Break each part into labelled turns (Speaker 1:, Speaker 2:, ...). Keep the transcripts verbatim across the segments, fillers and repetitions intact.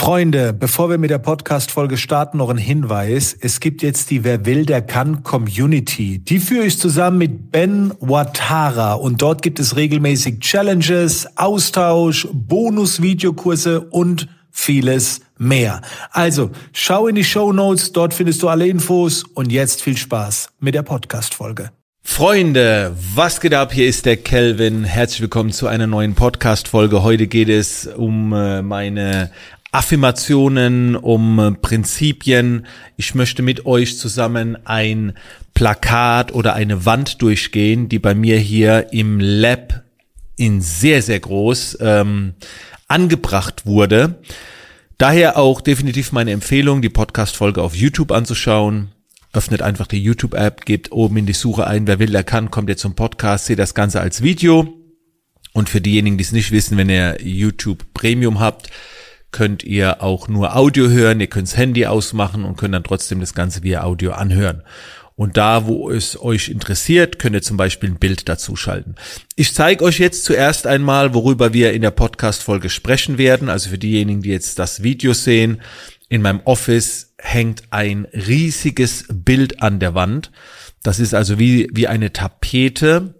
Speaker 1: Freunde, bevor wir mit der Podcast-Folge starten, noch ein Hinweis. Es gibt jetzt die Wer will, der kann Community. Die führe ich zusammen mit Ben Ouattara und dort gibt es regelmäßig Challenges, Austausch, Bonus-Videokurse und vieles mehr. Also, schau in die Shownotes, dort findest du alle Infos und jetzt viel Spaß mit der Podcast-Folge.
Speaker 2: Freunde, was geht ab? Hier ist der Kelvin. Herzlich willkommen zu einer neuen Podcast-Folge. Heute geht es um äh, meine Affirmationen, um Prinzipien. Ich möchte mit euch zusammen ein Plakat oder eine Wand durchgehen, die bei mir hier im Lab in sehr, sehr groß ähm, angebracht wurde. Daher auch definitiv meine Empfehlung, die Podcast-Folge auf YouTube anzuschauen. Öffnet einfach die YouTube-App, gebt oben in die Suche ein, wer will, der kann, kommt ihr zum Podcast, seht das Ganze als Video. Und für diejenigen, die es nicht wissen, wenn ihr YouTube Premium habt, könnt ihr auch nur Audio hören, ihr könnt das Handy ausmachen und könnt dann trotzdem das Ganze via Audio anhören. Und da, wo es euch interessiert, könnt ihr zum Beispiel ein Bild dazu schalten. Ich zeige euch jetzt zuerst einmal, worüber wir in der Podcast-Folge sprechen werden. Also für diejenigen, die jetzt das Video sehen, in meinem Office hängt ein riesiges Bild an der Wand. Das ist also wie, wie eine Tapete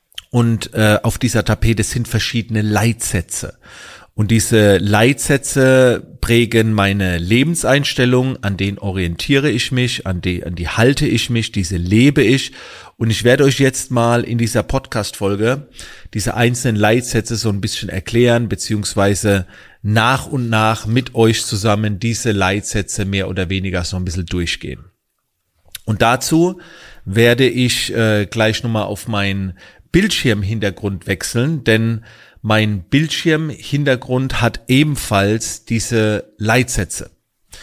Speaker 2: und äh, auf dieser Tapete sind verschiedene Leitsätze. Und diese Leitsätze prägen meine Lebenseinstellung, an denen orientiere ich mich, an die, an die halte ich mich, diese lebe ich. Und ich werde euch jetzt mal in dieser Podcast-Folge diese einzelnen Leitsätze so ein bisschen erklären, beziehungsweise nach und nach mit euch zusammen diese Leitsätze mehr oder weniger so ein bisschen durchgehen. Und dazu werde ich äh, gleich nochmal auf meinen Bildschirmhintergrund wechseln, denn mein Bildschirmhintergrund hat ebenfalls diese Leitsätze.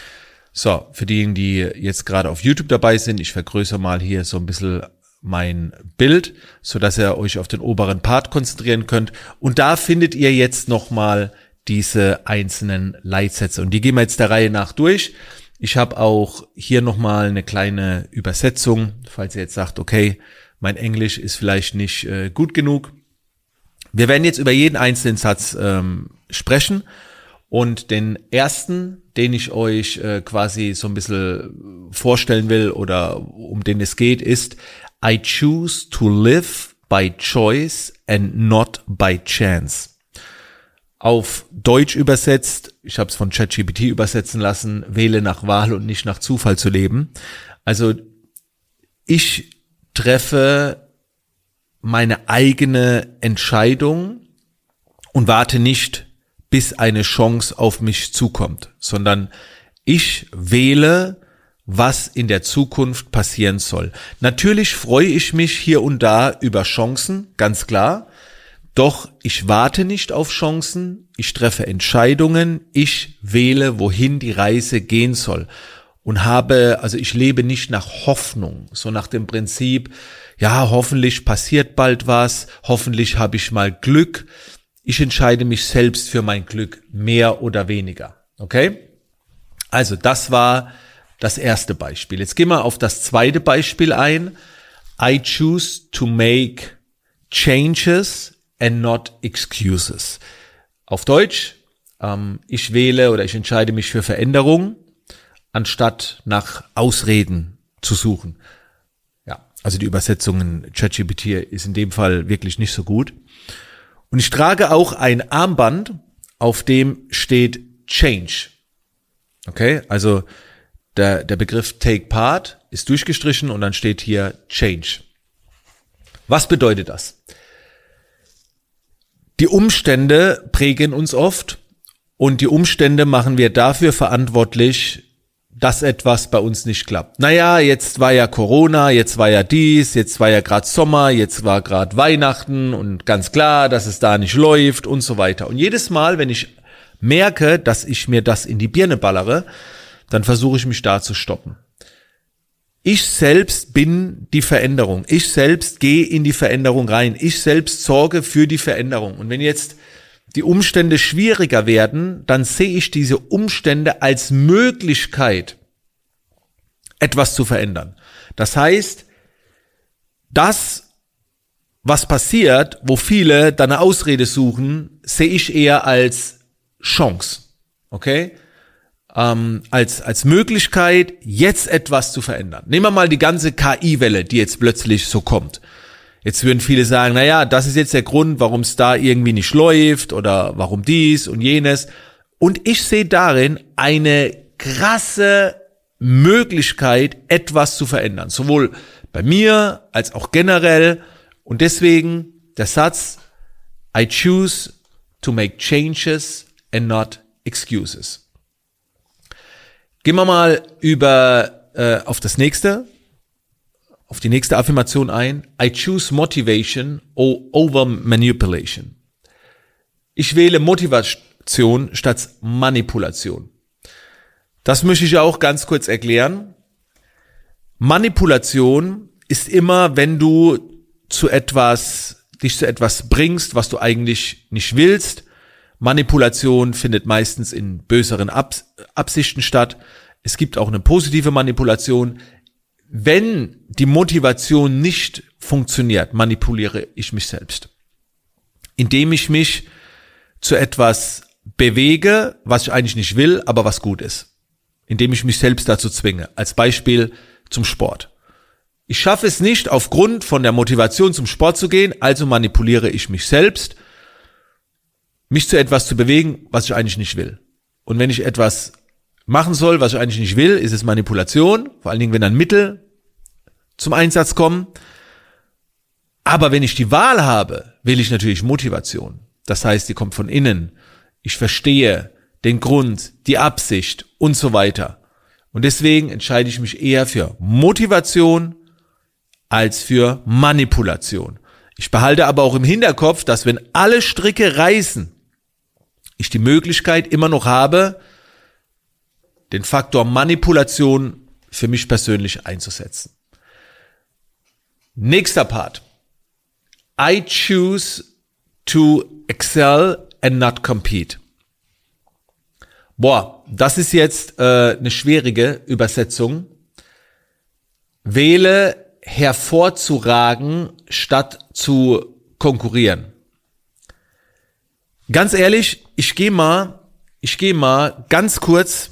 Speaker 2: So, für diejenigen, die jetzt gerade auf YouTube dabei sind, ich vergrößere mal hier so ein bisschen mein Bild, so dass ihr euch auf den oberen Part konzentrieren könnt. Und da findet ihr jetzt nochmal diese einzelnen Leitsätze. Und die gehen wir jetzt der Reihe nach durch. Ich habe auch hier nochmal eine kleine Übersetzung, falls ihr jetzt sagt, okay, mein Englisch ist vielleicht nicht äh, gut genug. Wir werden jetzt über jeden einzelnen Satz ähm, sprechen und den ersten, den ich euch äh, quasi so ein bisschen vorstellen will oder um den es geht, ist I choose to live by choice and not by chance. Auf Deutsch übersetzt, ich habe es von ChatGPT übersetzen lassen, wähle nach Wahl und nicht nach Zufall zu leben. Also ich treffe meine eigene Entscheidung und warte nicht, bis eine Chance auf mich zukommt, sondern ich wähle, was in der Zukunft passieren soll. Natürlich freue ich mich hier und da über Chancen, ganz klar, doch ich warte nicht auf Chancen, ich treffe Entscheidungen, ich wähle, wohin die Reise gehen soll und habe, also ich lebe nicht nach Hoffnung, so nach dem Prinzip, ja, hoffentlich passiert bald was, hoffentlich habe ich mal Glück. Ich entscheide mich selbst für mein Glück, mehr oder weniger. Okay? Also das war das erste Beispiel. Jetzt gehen wir auf das zweite Beispiel ein. I choose to make changes and not excuses. Auf Deutsch, ähm, ich wähle oder ich entscheide mich für Veränderung, anstatt nach Ausreden zu suchen. Also die Übersetzung in ChatGPT ist in dem Fall wirklich nicht so gut. Und ich trage auch ein Armband, auf dem steht Change. Okay, also der, der Begriff Take Part ist durchgestrichen und dann steht hier Change. Was bedeutet das? Die Umstände prägen uns oft und die Umstände machen wir dafür verantwortlich, dass etwas bei uns nicht klappt. Naja, jetzt war ja Corona, jetzt war ja dies, jetzt war ja gerade Sommer, jetzt war gerade Weihnachten und ganz klar, dass es da nicht läuft und so weiter. Und jedes Mal, wenn ich merke, dass ich mir das in die Birne ballere, dann versuche ich mich da zu stoppen. Ich selbst bin die Veränderung. Ich selbst gehe in die Veränderung rein. Ich selbst sorge für die Veränderung. Und wenn jetzt die Umstände schwieriger werden, dann sehe ich diese Umstände als Möglichkeit, etwas zu verändern. Das heißt, das, was passiert, wo viele dann eine Ausrede suchen, sehe ich eher als Chance. Okay? ähm, als als Möglichkeit, jetzt etwas zu verändern. Nehmen wir mal die ganze K I-Welle, die jetzt plötzlich so kommt. Jetzt würden viele sagen, na ja, das ist jetzt der Grund, warum es da irgendwie nicht läuft oder warum dies und jenes. Und ich sehe darin eine krasse Möglichkeit, etwas zu verändern. Sowohl bei mir als auch generell. Und deswegen der Satz, I choose to make changes and not excuses. Gehen wir mal über äh, auf das nächste, auf die nächste Affirmation ein. I choose motivation over manipulation. Ich wähle Motivation statt Manipulation. Das möchte ich auch ganz kurz erklären. Manipulation ist immer, wenn du zu etwas, dich zu etwas bringst, was du eigentlich nicht willst. Manipulation findet meistens in böseren Abs- Absichten statt. Es gibt auch eine positive Manipulation. Wenn die Motivation nicht funktioniert, manipuliere ich mich selbst. Indem ich mich zu etwas bewege, was ich eigentlich nicht will, aber was gut ist. Indem ich mich selbst dazu zwinge. Als Beispiel zum Sport. Ich schaffe es nicht, aufgrund von der Motivation zum Sport zu gehen, also manipuliere ich mich selbst, mich zu etwas zu bewegen, was ich eigentlich nicht will. Und wenn ich etwas machen soll, was ich eigentlich nicht will, ist es Manipulation, vor allen Dingen, wenn dann Mittel zum Einsatz kommen. Aber wenn ich die Wahl habe, will ich natürlich Motivation. Das heißt, die kommt von innen. Ich verstehe den Grund, die Absicht und so weiter. Und deswegen entscheide ich mich eher für Motivation als für Manipulation. Ich behalte aber auch im Hinterkopf, dass wenn alle Stricke reißen, ich die Möglichkeit immer noch habe, den Faktor Manipulation für mich persönlich einzusetzen. Nächster Part. I choose to excel and not compete. Boah, das ist jetzt äh, eine schwierige Übersetzung. Wähle hervorzuragen statt zu konkurrieren. Ganz ehrlich, ich gehe mal, ich gehe mal ganz kurz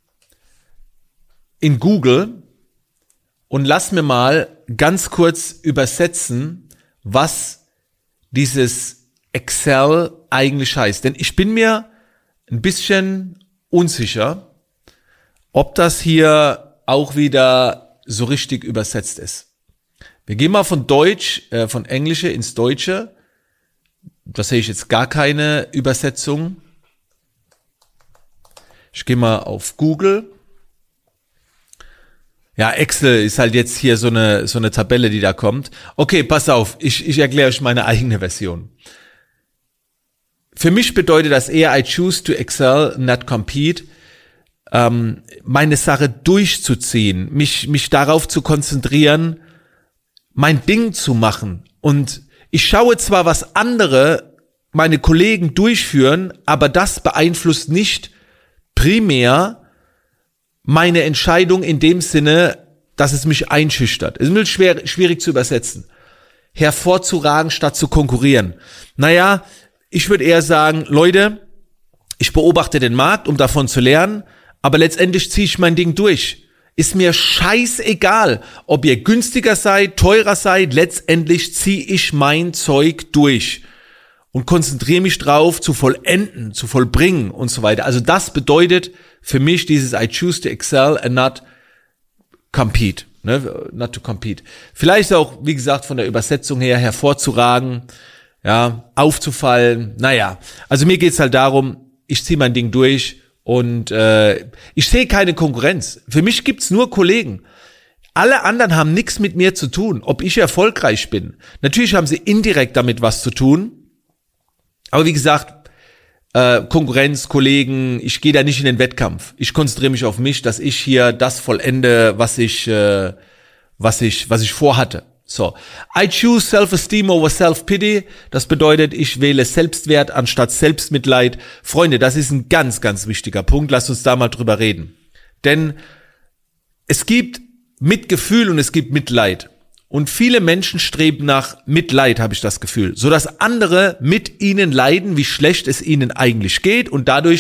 Speaker 2: in Google und lass mir mal ganz kurz übersetzen, was dieses Excel eigentlich heißt. Denn ich bin mir ein bisschen unsicher, ob das hier auch wieder so richtig übersetzt ist. Wir gehen mal von Deutsch, äh, von Englische ins Deutsche. Da sehe ich jetzt gar keine Übersetzung. Ich gehe mal auf Google. Ja, Excel ist halt jetzt hier so eine so eine Tabelle, die da kommt. Okay, pass auf, ich ich erkläre euch meine eigene Version. Für mich bedeutet das eher I choose to excel, not compete. Ähm, meine Sache durchzuziehen, mich mich darauf zu konzentrieren, mein Ding zu machen. Und ich schaue zwar, was andere, meine Kollegen durchführen, aber das beeinflusst nicht primär meine Entscheidung in dem Sinne, dass es mich einschüchtert. Es ist schwer, schwierig zu übersetzen. Hervorzuragen statt zu konkurrieren. Naja, ich würde eher sagen, Leute, ich beobachte den Markt, um davon zu lernen, aber letztendlich ziehe ich mein Ding durch. Ist mir scheißegal, ob ihr günstiger seid, teurer seid, letztendlich ziehe ich mein Zeug durch und konzentriere mich drauf, zu vollenden, zu vollbringen und so weiter. Also das bedeutet für mich dieses I choose to excel and not compete, ne, not to compete. Vielleicht auch, wie gesagt, von der Übersetzung her hervorzuragen, ja, aufzufallen. Naja, also mir geht's halt darum, ich ziehe mein Ding durch. Und äh, ich sehe keine Konkurrenz. Für mich gibt's nur Kollegen. Alle anderen haben nichts mit mir zu tun, ob ich erfolgreich bin. Natürlich haben sie indirekt damit was zu tun. Aber wie gesagt, äh, Konkurrenz, Kollegen, ich gehe da nicht in den Wettkampf. Ich konzentriere mich auf mich, dass ich hier das vollende, was ich, äh, was ich, was ich vorhatte. So, I choose self-esteem over self-pity. Das bedeutet, ich wähle Selbstwert anstatt Selbstmitleid. Freunde, das ist ein ganz, ganz wichtiger Punkt. Lasst uns da mal drüber reden. Denn es gibt Mitgefühl und es gibt Mitleid. Und viele Menschen streben nach Mitleid, habe ich das Gefühl. Sodass andere mit ihnen leiden, wie schlecht es ihnen eigentlich geht. Und dadurch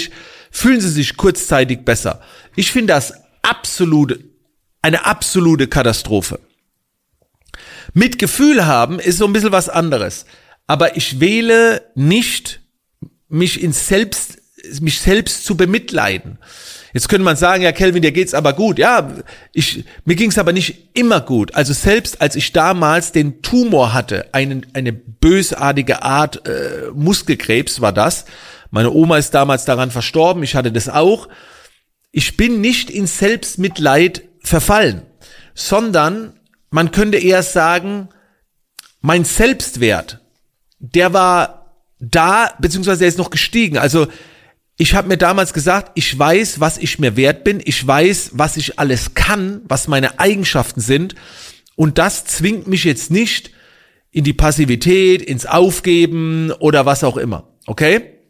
Speaker 2: fühlen sie sich kurzzeitig besser. Ich finde das absolute, eine absolute Katastrophe. Mitgefühl haben ist so ein bisschen was anderes. Aber ich wähle nicht, mich in selbst, mich selbst zu bemitleiden. Jetzt könnte man sagen, ja, Kelvin, dir geht's aber gut. Ja, ich, mir ging's aber nicht immer gut. Also selbst als ich damals den Tumor hatte, einen, eine bösartige Art äh, Muskelkrebs war das. Meine Oma ist damals daran verstorben, ich hatte das auch. Ich bin nicht in Selbstmitleid verfallen, sondern man könnte eher sagen, mein Selbstwert, der war da, beziehungsweise der ist noch gestiegen. Also ich habe mir damals gesagt, ich weiß, was ich mir wert bin, ich weiß, was ich alles kann, was meine Eigenschaften sind, und das zwingt mich jetzt nicht in die Passivität, ins Aufgeben oder was auch immer, okay?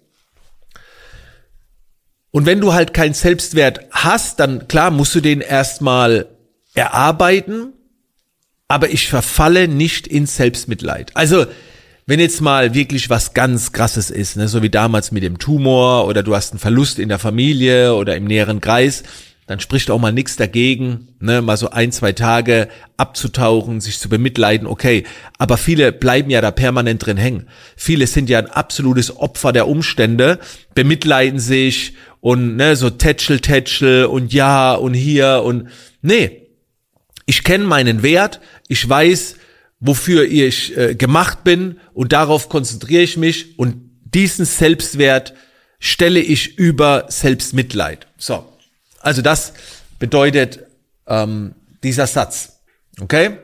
Speaker 2: Und wenn du halt keinen Selbstwert hast, dann klar musst du den erstmal erarbeiten, aber ich verfalle nicht in Selbstmitleid. Also wenn jetzt mal wirklich was ganz Krasses ist, ne, so wie damals mit dem Tumor oder du hast einen Verlust in der Familie oder im näheren Kreis, dann spricht auch mal nichts dagegen, ne, mal so ein, zwei Tage abzutauchen, sich zu bemitleiden, okay. Aber viele bleiben ja da permanent drin hängen. Viele sind ja ein absolutes Opfer der Umstände, bemitleiden sich und ne, so Tätschel, Tätschel und ja und hier und nee. Ich kenne meinen Wert, ich weiß, wofür ich äh, gemacht bin, und darauf konzentriere ich mich, und diesen Selbstwert stelle ich über Selbstmitleid. So, also das bedeutet ähm, dieser Satz, okay?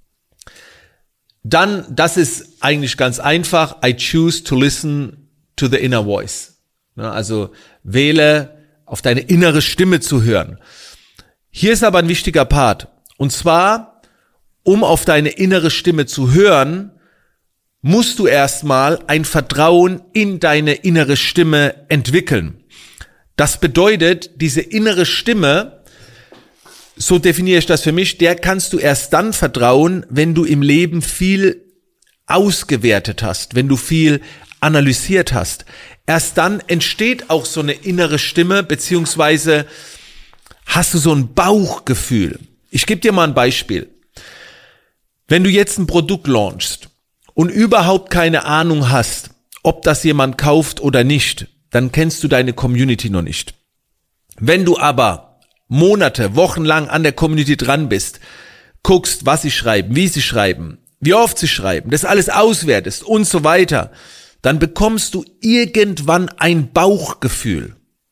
Speaker 2: Dann, das ist eigentlich ganz einfach, I choose to listen to the inner voice. Ja, also wähle, auf deine innere Stimme zu hören. Hier ist aber ein wichtiger Part, und zwar, um auf deine innere Stimme zu hören, musst du erstmal ein Vertrauen in deine innere Stimme entwickeln. Das bedeutet, diese innere Stimme, so definiere ich das für mich, der kannst du erst dann vertrauen, wenn du im Leben viel ausgewertet hast, wenn du viel analysiert hast. Erst dann entsteht auch so eine innere Stimme, beziehungsweise hast du so ein Bauchgefühl. Ich gebe dir mal ein Beispiel. Wenn du jetzt ein Produkt launchst und überhaupt keine Ahnung hast, ob das jemand kauft oder nicht, dann kennst du deine Community noch nicht. Wenn du aber Monate, Wochen lang an der Community dran bist, guckst, was sie schreiben, wie sie schreiben, wie oft sie schreiben, das alles auswertest und so weiter, dann bekommst du irgendwann ein Bauchgefühl.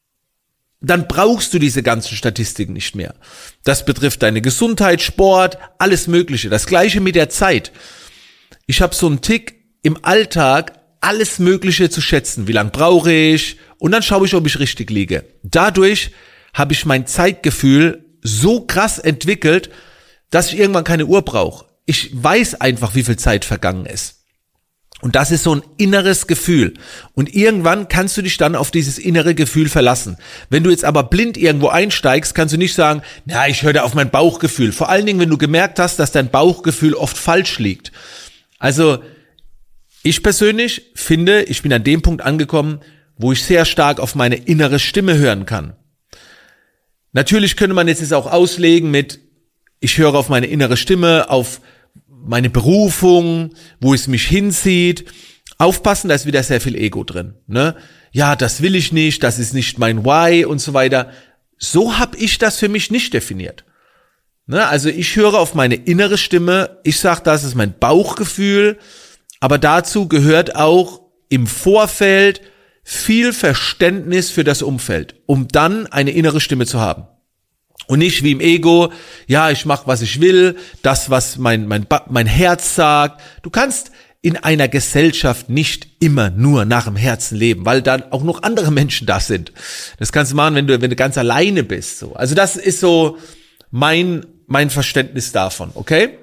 Speaker 2: Dann brauchst du diese ganzen Statistiken nicht mehr. Das betrifft deine Gesundheit, Sport, alles Mögliche. Das Gleiche mit der Zeit. Ich habe so einen Tick im Alltag, alles Mögliche zu schätzen. Wie lang brauche ich? Und dann schaue ich, ob ich richtig liege. Dadurch habe ich mein Zeitgefühl so krass entwickelt, dass ich irgendwann keine Uhr brauche. Ich weiß einfach, wie viel Zeit vergangen ist. Und das ist so ein inneres Gefühl. Und irgendwann kannst du dich dann auf dieses innere Gefühl verlassen. Wenn du jetzt aber blind irgendwo einsteigst, kannst du nicht sagen, na, ich höre da auf mein Bauchgefühl. Vor allen Dingen, wenn du gemerkt hast, dass dein Bauchgefühl oft falsch liegt. Also, ich persönlich finde, ich bin an dem Punkt angekommen, wo ich sehr stark auf meine innere Stimme hören kann. Natürlich könnte man jetzt auch auslegen mit, ich höre auf meine innere Stimme, auf meine Berufung, wo es mich hinzieht. Aufpassen, da ist wieder sehr viel Ego drin, ne? Ja, das will ich nicht, das ist nicht mein Why und so weiter. So habe ich das für mich nicht definiert. Ne? Also ich höre auf meine innere Stimme, ich sage, das ist mein Bauchgefühl, aber dazu gehört auch im Vorfeld viel Verständnis für das Umfeld, um dann eine innere Stimme zu haben. Und nicht wie im Ego, ja, ich mache, was ich will, das, was mein, mein, mein Herz sagt. Du kannst in einer Gesellschaft nicht immer nur nach dem Herzen leben, weil dann auch noch andere Menschen da sind. Das kannst du machen, wenn du, wenn du ganz alleine bist. So. Also das ist so mein, mein Verständnis davon, okay?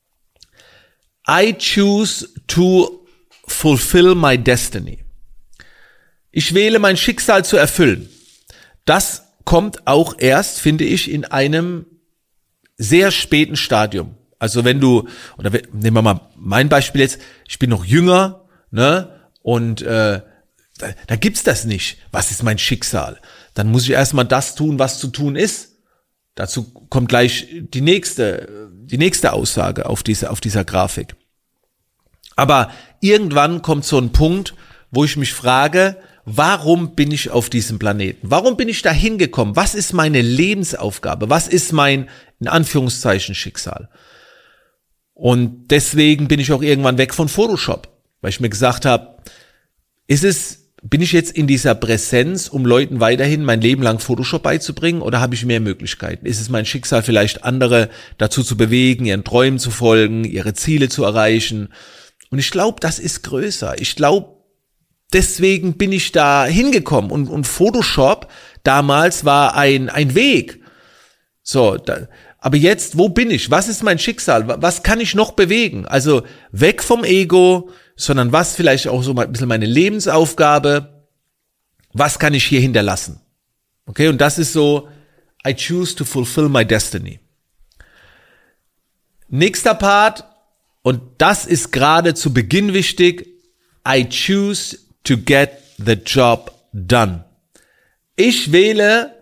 Speaker 2: I choose to fulfill my destiny. Ich wähle, mein Schicksal zu erfüllen. Das kommt auch erst, finde ich, in einem sehr späten Stadium. Also wenn du, oder nehmen wir mal mein Beispiel jetzt, ich bin noch jünger, ne, und äh, da, da gibt's das nicht. Was ist mein Schicksal? dann muss ich erstmal das tun, was zu tun ist. Dazu kommt gleich die nächste, die nächste Aussage auf diese, auf dieser Grafik. Aber irgendwann kommt so ein Punkt, wo ich mich frage, warum bin ich auf diesem Planeten? Warum bin ich da hingekommen? Was ist meine Lebensaufgabe? Was ist mein, in Anführungszeichen, Schicksal? Und deswegen bin ich auch irgendwann weg von Photoshop, weil ich mir gesagt habe, ist es, bin ich jetzt in dieser Präsenz, um Leuten weiterhin mein Leben lang Photoshop beizubringen, oder habe ich mehr Möglichkeiten? Ist es mein Schicksal, vielleicht andere dazu zu bewegen, ihren Träumen zu folgen, ihre Ziele zu erreichen? Und ich glaube, das ist größer. Ich glaube, deswegen bin ich da hingekommen. Und, und Photoshop damals war ein, ein Weg. So, da, aber jetzt, wo bin ich? Was ist mein Schicksal? Was kann ich noch bewegen? Also weg vom Ego, sondern was vielleicht auch so ein bisschen meine Lebensaufgabe? Was kann ich hier hinterlassen? Okay, und das ist so, I choose to fulfill my destiny. Nächster Part, und das ist gerade zu Beginn wichtig, I choose to get the job done. Ich wähle,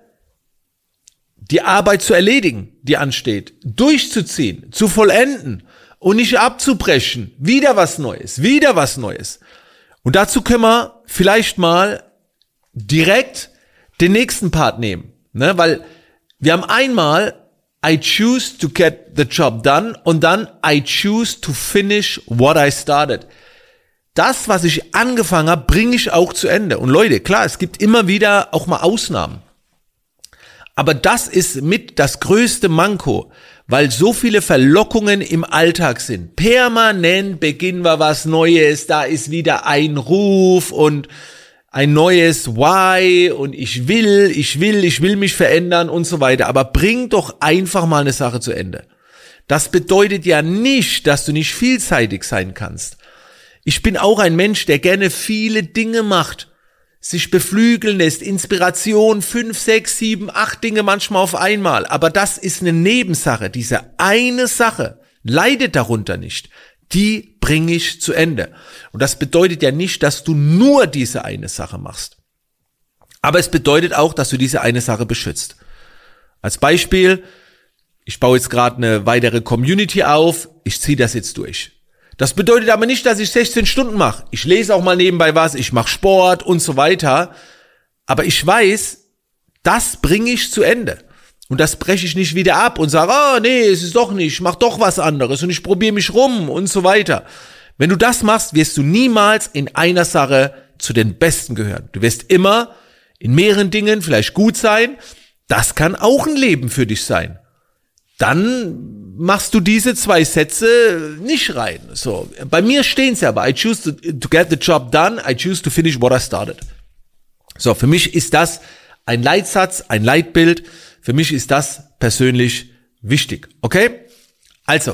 Speaker 2: die Arbeit zu erledigen, die ansteht, durchzuziehen, zu vollenden und nicht abzubrechen. Wieder was Neues, wieder was Neues. Und dazu können wir vielleicht mal direkt den nächsten Part nehmen, ne? Weil wir haben einmal I choose to get the job done und dann I choose to finish what I started. Das, was ich angefangen habe, bringe ich auch zu Ende. Und Leute, klar, es gibt immer wieder auch mal Ausnahmen. Aber das ist mit das größte Manko, weil so viele Verlockungen im Alltag sind. Permanent beginnen wir was Neues, da ist wieder ein Ruf und ein neues Why und ich will, ich will, ich will mich verändern und so weiter. Aber bring doch einfach mal eine Sache zu Ende. Das bedeutet ja nicht, dass du nicht vielseitig sein kannst. Ich bin auch ein Mensch, der gerne viele Dinge macht, sich beflügeln lässt, Inspiration, fünf, sechs, sieben, acht Dinge manchmal auf einmal. Aber das ist eine Nebensache. Diese eine Sache leidet darunter nicht. Die bringe ich zu Ende. Und das bedeutet ja nicht, dass du nur diese eine Sache machst. Aber es bedeutet auch, dass du diese eine Sache beschützt. Als Beispiel, ich baue jetzt gerade eine weitere Community auf, ich ziehe das jetzt durch. Das bedeutet aber nicht, dass ich sechzehn Stunden mache. Ich lese auch mal nebenbei was, ich mache Sport und so weiter. Aber ich weiß, das bringe ich zu Ende. Und das breche ich nicht wieder ab und sage, oh nee, es ist doch nicht, ich mach doch was anderes und ich probiere mich rum und so weiter. Wenn du das machst, wirst du niemals in einer Sache zu den Besten gehören. Du wirst immer in mehreren Dingen vielleicht gut sein. Das kann auch ein Leben für dich sein. Dann machst du diese zwei Sätze nicht rein. So, bei mir stehen's ja, aber I choose to, to get the job done, I choose to finish what I started. So, für mich ist das ein Leitsatz, ein Leitbild. Für mich ist das persönlich wichtig. Okay? Also,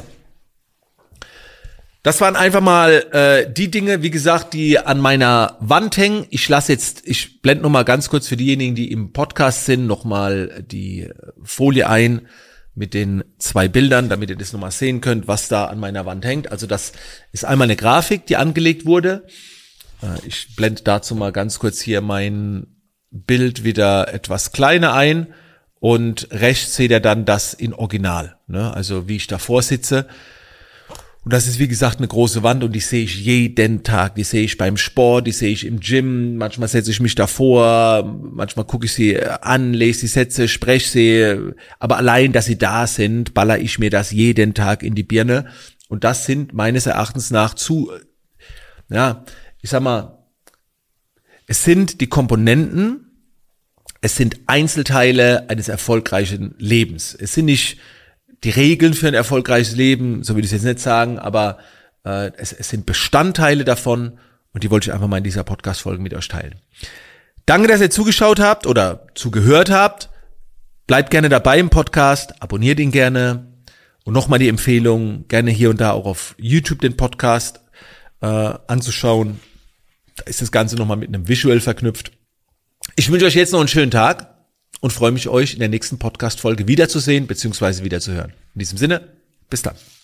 Speaker 2: das waren einfach mal äh, die Dinge, wie gesagt, die an meiner Wand hängen. Ich lasse jetzt, ich blende noch mal ganz kurz für diejenigen, die im Podcast sind, noch mal die Folie ein mit den zwei Bildern, damit ihr das noch mal sehen könnt, was da an meiner Wand hängt. Also das ist einmal eine Grafik, die angelegt wurde. Äh, ich blende dazu mal ganz kurz hier mein Bild wieder etwas kleiner ein. Und rechts seht ihr dann das in Original, ne? Also wie ich davor sitze. Und das ist wie gesagt eine große Wand und die sehe ich jeden Tag. Die sehe ich beim Sport, die sehe ich im Gym. Manchmal setze ich mich davor, manchmal gucke ich sie an, lese die Sätze, spreche sie. Aber allein, dass sie da sind, baller ich mir das jeden Tag in die Birne. Und das sind meines Erachtens nach zu, ja, ich sag mal, es sind die Komponenten. Es sind Einzelteile eines erfolgreichen Lebens. Es sind nicht die Regeln für ein erfolgreiches Leben, so würde ich es jetzt nicht sagen, aber äh, es, es sind Bestandteile davon und die wollte ich einfach mal in dieser Podcast-Folge mit euch teilen. Danke, dass ihr zugeschaut habt oder zugehört habt. Bleibt gerne dabei im Podcast, abonniert ihn gerne und nochmal die Empfehlung, gerne hier und da auch auf YouTube den Podcast äh, anzuschauen. Da ist das Ganze nochmal mit einem Visual verknüpft. Ich wünsche euch jetzt noch einen schönen Tag und freue mich, euch in der nächsten Podcast-Folge wiederzusehen bzw. wiederzuhören. In diesem Sinne, bis dann.